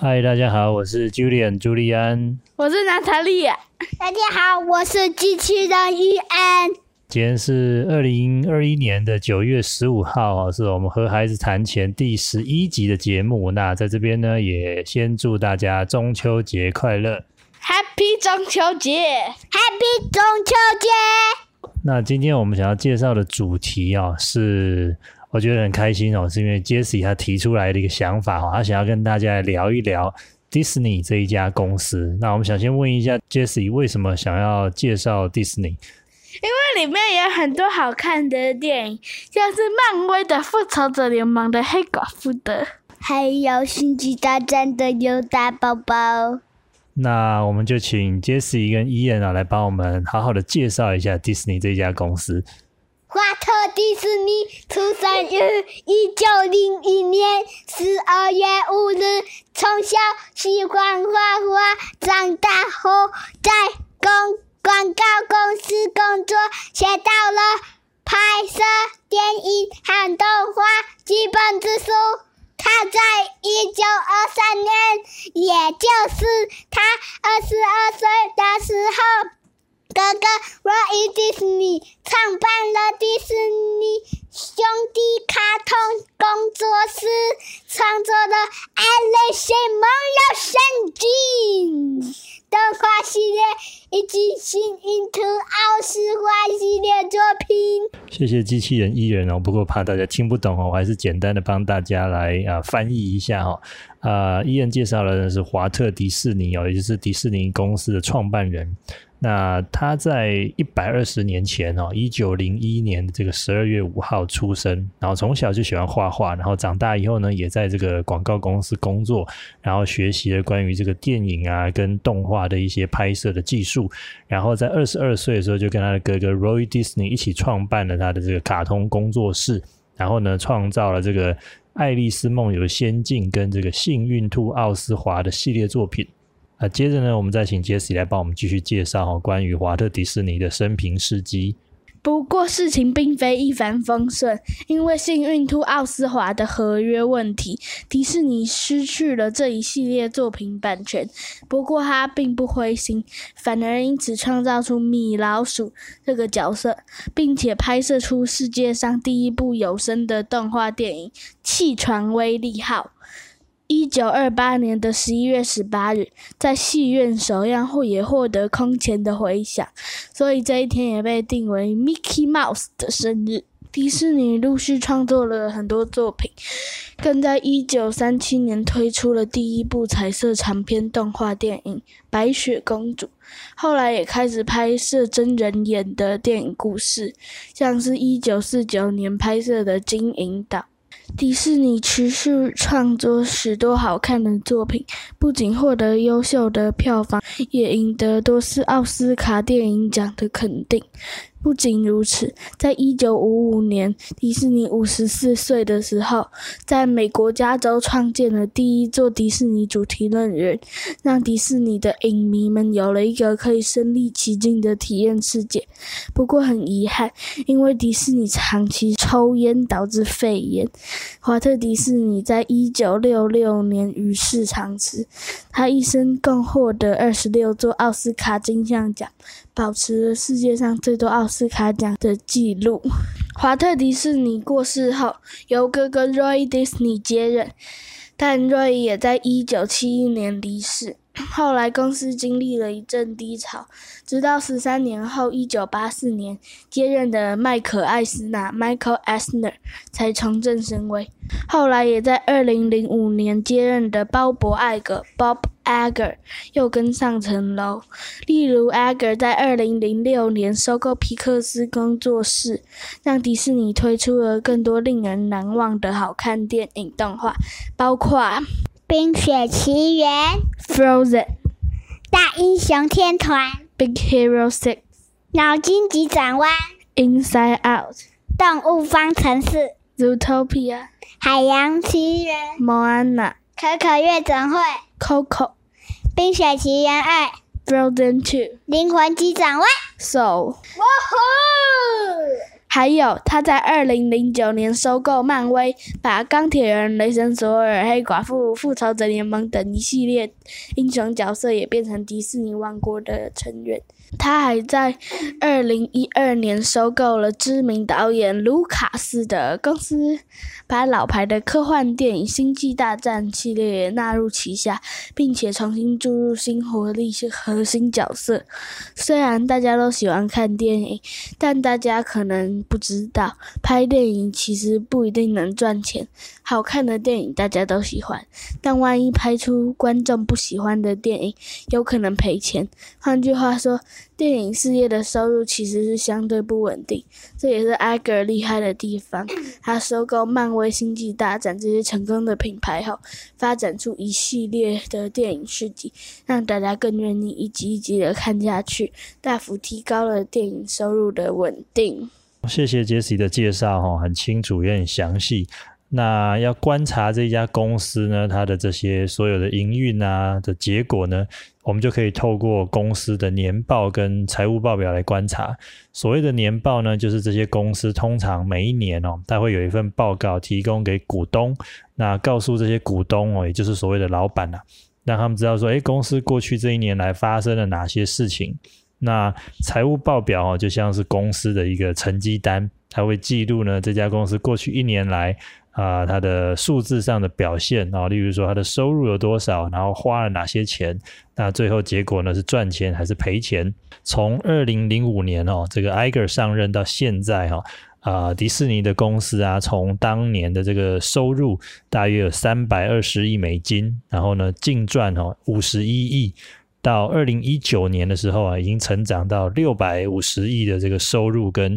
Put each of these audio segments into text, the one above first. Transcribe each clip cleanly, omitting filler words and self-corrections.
嗨，大家好，我是 Julian 朱利安， 我是娜塔莉亚。 大家好，我是机器人伊安。 今天是2021年的9月15号，是我们和孩子谈钱第11集的节目。那在这边呢，也先祝大家中秋节快乐 Happy 中秋节 Happy 中秋节。 那今天我们想要介绍的主题是我觉得很开心是因为 Jessie 他提出来的一个想法他想要跟大家来聊一聊 Disney 这一家公司。那我们想先问一下 Jessie 为什么想要介绍 Disney？ 因为里面有很多好看的电影，像是漫威的复仇者联盟的黑寡妇的， 还有星际大战的尤达宝宝。 那我们就请 Jessie 跟 Ian 来帮我们好好的介绍一下 Disney 这家公司。 华特迪士尼出生于1901年12月5日，从小喜欢画画，长大后在广告公司工作，学到了拍摄电影和动画基本知识。他在1923年，也就是他22岁的时候，哥哥 Walt Disney 创办了迪士尼兄弟卡通工作室，创作了《爱丽丝梦游仙境》动画系列以及新印度奥斯华系列作品。 谢谢机器人伊人不过怕大家听不懂我还是简单的帮大家来翻译一下伊人介绍的是华特迪士尼也就是迪士尼公司的创办人。那他在120年前1901年的这个12月5号出生，然后从小就喜欢画画，然后长大以后呢也在这个广告公司工作，然后学习了关于这个电影跟动画的一些拍摄的技术，然后在22岁的时候就跟他的哥哥 Roy Disney 一起创办了他的这个卡通工作室，然后呢创造了这个爱丽丝梦游仙境跟这个幸运兔奥斯华的系列作品。接着呢我们再请 Jessie 来帮我们继续介绍关于华特迪士尼的生平事迹。 不过事情并非一帆风顺，因为幸运兔奥斯华的合约问题，迪士尼失去了这一系列作品版权。不过他并不灰心，反而因此创造出米老鼠这个角色，并且拍摄出世界上第一部有声的动画电影《气船威力号》。1928年的11月18日，在戏院首映后也获得空前的回响，所以这一天也被定为 Mickey Mouse 的生日。迪士尼陆续创作了很多作品，更在1937年推出了第一部彩色长篇动画电影《白雪公主》，后来也开始拍摄真人演的电影故事，像是1949年拍摄的《金银岛》。迪士尼持续创作许多好看的作品，不仅获得优秀的票房，也赢得多次奥斯卡电影奖的肯定。不仅如此，在1955年，迪士尼54岁的时候，在美国加州创建了第一座迪士尼主题乐园，让迪士尼的影迷们有了一个可以身临其境的体验世界。不过很遗憾，因为迪士尼长期抽烟导致肺炎，华特迪士尼在1966年与世长辞。他一生共获得26座奥斯卡金像奖，保持了世界上最多奥斯卡奖的纪录。华特迪士尼过世后，由哥哥 Roy Disney 接任，但 Roy 也在1971年离世。后来公司经历了一阵低潮，直到13年后1984年接任的迈克艾斯纳 Michael Eisner 才重振声威。后来也在2005年接任的鲍勃艾格 Bob Iger 又跟上层楼。例如 Iger 在2006年收购皮克斯工作室，让迪士尼推出了更多令人难忘的好看电影动画，包括冰雪奇缘 Frozen 大英雄天团 Big Hero 6 脑筋急转弯 Inside Out 动物方程式 Zootopia 海洋奇缘 Moana 可可夜总会 Coco 冰雪奇缘2 Frozen 2 灵魂急转弯 Soul 哇呼还有他在2009年收购漫威，把钢铁人、雷神索尔、黑寡妇、复仇者联盟等一系列英雄角色也变成迪士尼王国的成员。他还在2012年收购了知名导演卢卡斯的公司，把老牌的科幻电影《星际大战》系列纳入旗下，并且重新注入新活力和新角色。虽然大家都喜欢看电影，但大家可能不知道，拍电影其实不一定能赚钱。好看的电影大家都喜欢，但万一拍出观众不喜欢的电影，有可能赔钱。换句话说，电影事业的收入其实是相对不稳定，这也是艾格尔厉害的地方。他收购漫威、星际大战这些成功的品牌后，发展出一系列的电影续集，让大家更愿意一集一集的看下去，大幅提高了电影收入的稳定。 谢谢杰西的介绍，很清楚也很详细。那要观察这家公司呢，它的这些所有的营运啊的结果呢，我们就可以透过公司的年报跟财务报表来观察。所谓的年报呢，就是这些公司通常每一年它会有一份报告提供给股东，那告诉这些股东也就是所谓的老板让他们知道说，公司过去这一年来发生了哪些事情。那财务报表就像是公司的一个成绩单，它会记录呢这家公司过去一年来它的数字上的表现例如说它的收入有多少，然后花了哪些钱，那最后结果呢是赚钱还是赔钱。从2005年这个 Iger 上任到现在迪士尼的公司从当年的这个收入大约有320亿美金，然后呢净赚51亿，到2019年的时候已经成长到650亿的这个收入跟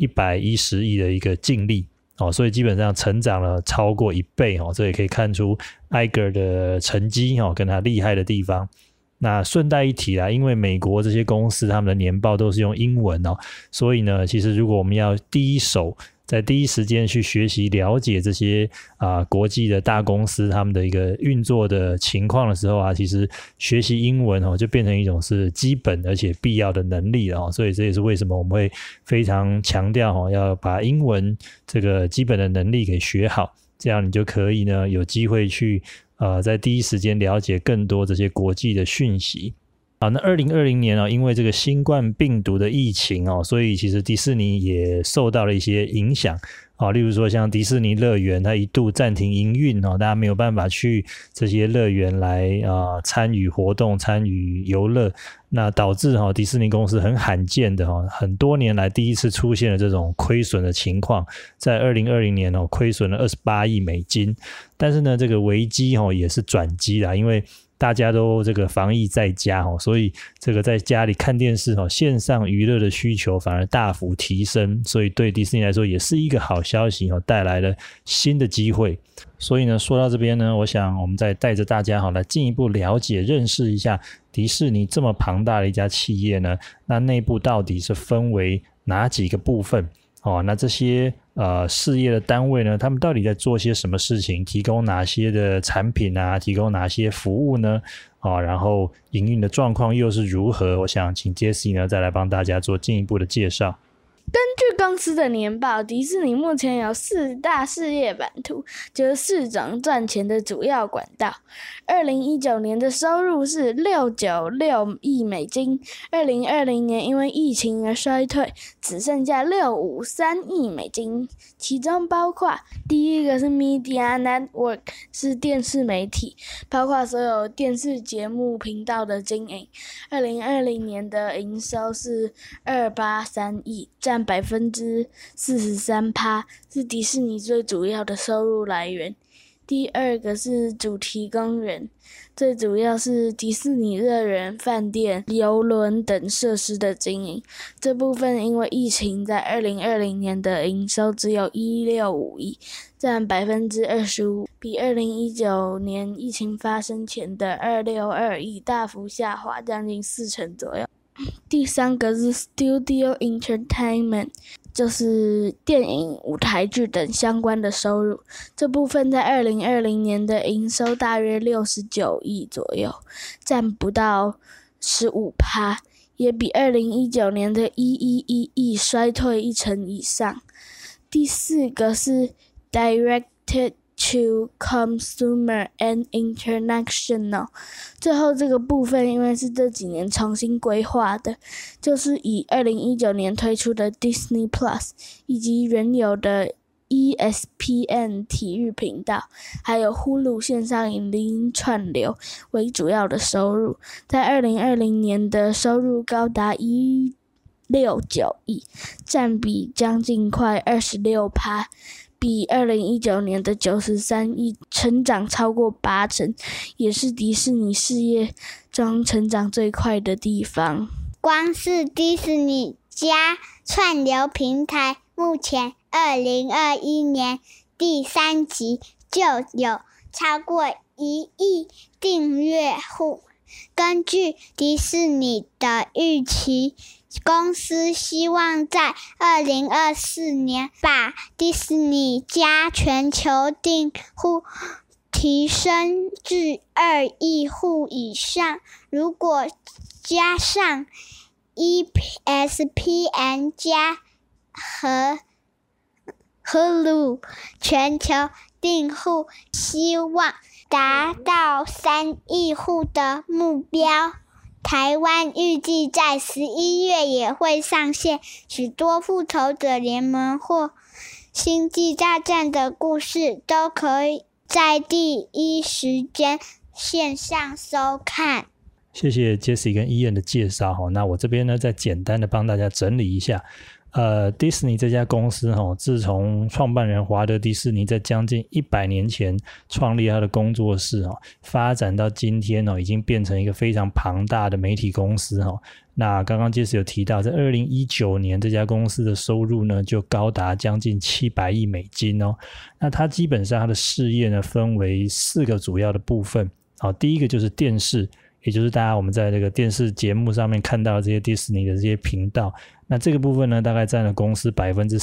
110亿的一个净利所以基本上成长了超过1倍这也可以看出 Iger 的成绩跟他厉害的地方。那顺带一提因为美国这些公司他们的年报都是用英文所以呢其实如果我们要第一手在第一时间去学习了解这些国际的大公司他们的一个运作的情况的时候其实学习英文就变成一种是基本而且必要的能力了所以这也是为什么我们会非常强调要把英文这个基本的能力给学好，这样你就可以呢有机会去在第一时间了解更多这些国际的讯息。好，那2020年因为这个新冠病毒的疫情所以其实迪士尼也受到了一些影响例如说像迪士尼乐园它一度暂停营运大家没有办法去这些乐园来参与活动参与游乐，那导致迪士尼公司很罕见的很多年来第一次出现了这种亏损的情况，在2020年亏损了28亿美金。但是呢这个危机也是转机啦，因为大家都这个防疫在家所以这个在家里看电视线上娱乐的需求反而大幅提升，所以对迪士尼来说也是一个好消息带来了新的机会。所以呢说到这边呢，我想我们再带着大家来进一步了解认识一下迪士尼这么庞大的一家企业呢，那内部到底是分为哪几个部分那这些事业的单位呢，他们到底在做些什么事情，提供哪些的产品提供哪些服务呢然后营运的状况又是如何，我想请 Jessie 呢再来帮大家做进一步的介绍。 根据公司的年报，迪士尼目前有4大事业版图，就是4种赚钱的主要管道。2019年的收入是696亿美金，2020年因为疫情而衰退，只剩下653亿美金，其中包括第一个是 Media Network， 是电视媒体，包括所有电视节目频道的经营。2020年的营收是283亿，占43%，是迪士尼最主要的收入来源。第二个是主题公园，最主要是迪士尼乐园、饭店、邮轮等设施的经营。这部分因为疫情，在2020年的营收只有165亿，占25%，比2019年疫情发生前的262亿大幅下滑将近40%左右。第三个是 Studio Entertainment， 就是电影、舞台剧等相关的收入。这部分在2020年的营收大约69亿左右，占不到15%， 也比2019年的111亿衰退1成以上。第4个是 Directed to Consumer and International， 最后这个部分因为是这几年重新规划的，就是以2019年推出的 Disney Plus 以及原有的 ESPN 体育频道还有 Hulu 线上影音串流为主要的收入，在2020年的收入高达169亿，占比将近快 26%， 比2019年的93亿成长超过8成，也是迪士尼事业中成长最快的地方。 光是迪士尼加串流平台，目前2021年第3集就有超过1亿订阅户。根据迪士尼的预期，公司希望在2024年把迪士尼加全球订户提升至2亿户以上。如果加上 ESPN 加和 Hulu 全球订户希望达到3亿户的目标。台湾预计在11月也会上线许多复仇者联盟或星际大战的故事，都可以在第一时间线上收看。 谢谢 Jessie 跟 Ian 的介绍。那我这边呢再简单的帮大家整理一下。迪士尼这家公司自从创办人华德迪士尼在将近100年前创立他的工作室发展到今天已经变成一个非常庞大的媒体公司那刚刚 Jessie 有提到，在2019年这家公司的收入呢就高达将近700亿美金那它基本上它的事业呢分为4个主要的部分第一个就是电视，也就是大家我们在这个电视节目上面看到的这些迪士尼的这些频道，那这个部分呢大概占了公司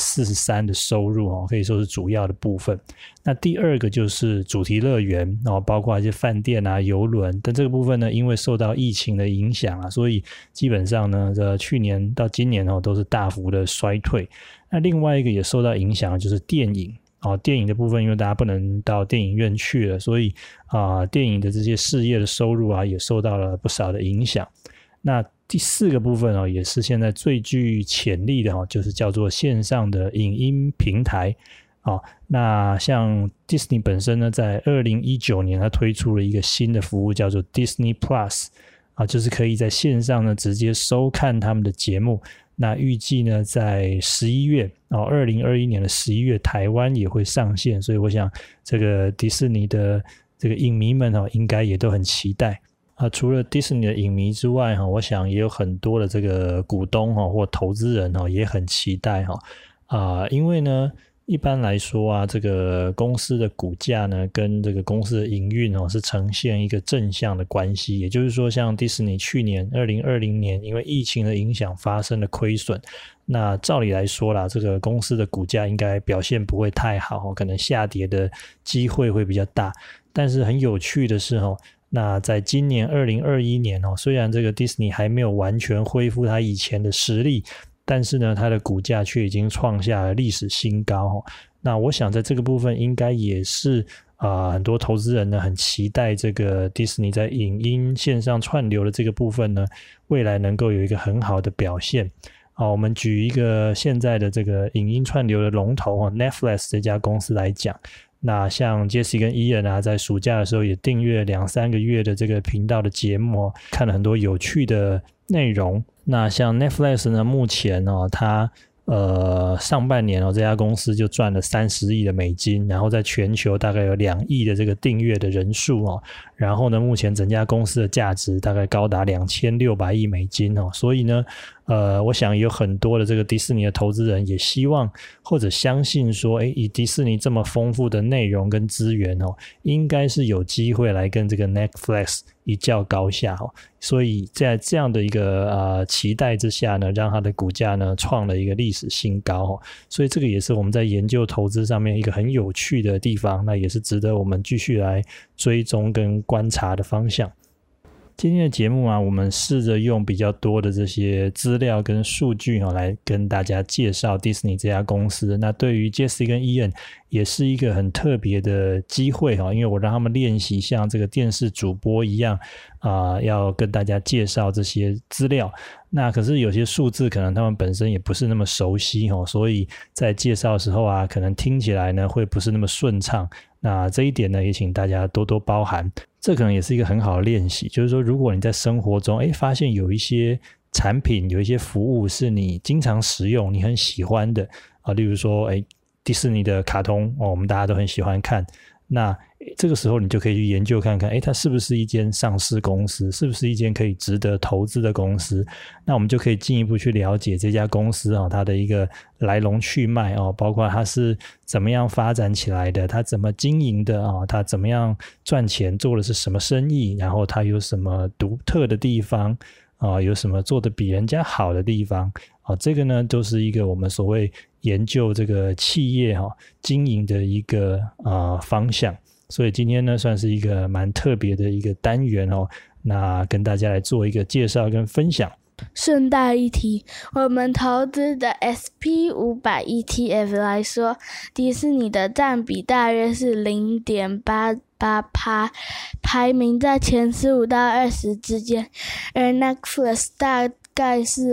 43% 的收入可以说是主要的部分。那第二个就是主题乐园包括一些饭店啊、邮轮，但这个部分呢因为受到疫情的影响所以基本上呢去年到今年都是大幅的衰退。那另外一个也受到影响的就是电影电影的部分，因为大家不能到电影院去了，所以电影的这些事业的收入也受到了不少的影响。那第4个部分也是现在最具潜力的就是叫做线上的影音平台那像 Disney 本身呢在2019年它推出了一个新的服务叫做 Disney Plus 就是可以在线上呢直接收看他们的节目。那预计呢在11月2021年的11月台湾也会上线，所以我想这个迪士尼的这个影迷们应该也都很期待除了迪士尼的影迷之外我想也有很多的这个股东或投资人也很期待因为呢一般来说这个公司的股价呢跟这个公司的营运是呈现一个正向的关系，也就是说像迪士尼去年2020年因为疫情的影响发生了亏损，那照理来说啦，这个公司的股价应该表现不会太好可能下跌的机会会比较大。但是很有趣的是那在今年2021年虽然这个迪士尼还没有完全恢复它以前的实力，但是呢它的股价却已经创下了历史新高那我想在这个部分应该也是很多投资人呢很期待这个迪士尼在影音线上串流的这个部分呢未来能够有一个很好的表现我们举一个现在的这个影音串流的龙头Netflix 这家公司来讲，那像 Jessie 跟 Ian 在暑假的时候也订阅2-3个月的这个频道的节目看了很多有趣的内容。那像 Netflix 呢目前它上半年这家公司就赚了30亿的美金，然后在全球大概有2亿的这个订阅的人数然后呢目前整家公司的价值大概高达2600亿美金所以呢我想有很多的这个迪士尼的投资人也希望或者相信说以迪士尼这么丰富的内容跟资源应该是有机会来跟这个 Netflix 一较高下所以在这样的一个期待之下呢，让它的股价呢创了一个历史新高所以这个也是我们在研究投资上面一个很有趣的地方，那也是值得我们继续来追踪跟观察的方向。 今天的节目啊，我们试着用比较多的这些资料跟数据来跟大家介绍迪士尼这家公司。那对于 Jessie 跟 Ian 也是一个很特别的机会因为我让他们练习像这个电视主播一样要跟大家介绍这些资料。那可是有些数字可能他们本身也不是那么熟悉所以在介绍的时候可能听起来呢会不是那么顺畅。那这一点呢也请大家多多包涵。这可能也是一个很好的练习，就是说如果你在生活中发现有一些产品有一些服务是你经常使用你很喜欢的例如说迪士尼的卡通我们大家都很喜欢看，那这个时候你就可以去研究看看它是不是一间上市公司，是不是一间可以值得投资的公司。那我们就可以进一步去了解这家公司它的一个来龙去脉包括它是怎么样发展起来的，它怎么经营的它怎么样赚钱，做的是什么生意，然后它有什么独特的地方有什么做的比人家好的地方这个呢都是一个我们所谓研究这个企业经营的一个方向。所以今天呢算是一个蛮特别的一个单元那跟大家来做一个介绍跟分享。 顺带一提，我们投资的 SP500 ETF 来说，迪士尼的占比大约是 0.88%， 排名在前15到20之间，而 Netflix 大概是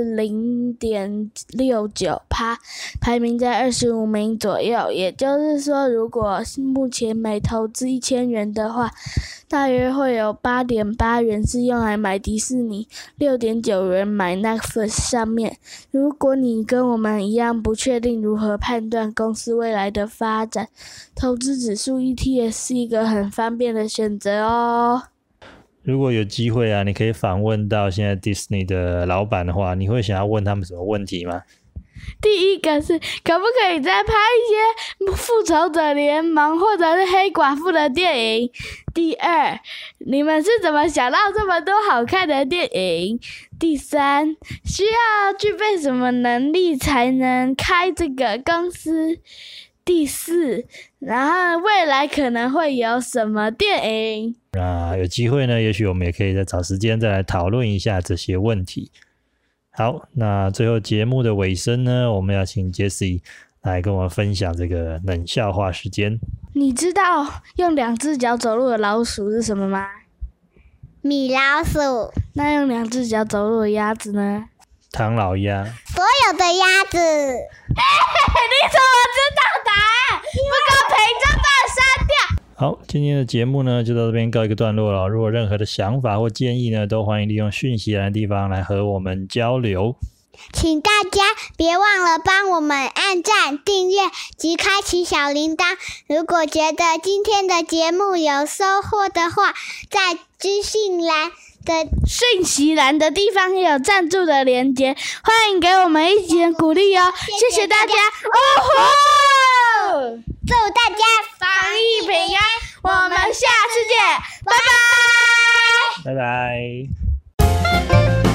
0.69%， 排名在25名左右。也就是说，如果目前每投资1000元的话，大约会有 8.8 元是用来买迪士尼， 6.9 元买 Netflix 上面。如果你跟我们一样不确定如何判断公司未来的发展，投资指数 ETF 是一个很方便的选择哦。 如果有机会你可以访问到现在 Disney 的老板的话，你会想要问他们什么问题吗？ 第一个是可不可以再拍一些复仇者联盟或者是黑寡妇的电影。第二，你们是怎么想到这么多好看的电影。第三，需要具备什么能力才能开这个公司。第四，然后未来可能会有什么电影。 有机会呢，也许我们也可以再找时间再来讨论一下这些问题。好，那最后节目的尾声呢，我们要请 Jessie 来跟我们分享这个冷笑话时间。 你知道用2只脚走路的老鼠是什么吗？ 米老鼠。 那用2只脚走路的鸭子呢？ 唐老鸭。 所有的鸭子。 你怎么知道答案？不公平，就把它删掉。 好，今天的节目呢就到这边告一个段落了。如果任何的想法或建议呢，都欢迎利用讯息栏的地方来和我们交流。 请大家别忘了帮我们按赞、订阅及开启小铃铛。如果觉得今天的节目有收获的话，在资讯栏的讯息栏的地方也有赞助的连结，欢迎给我们一点鼓励哦。谢谢大家， 祝大家防疫平安，我们下次见，拜拜， 拜拜。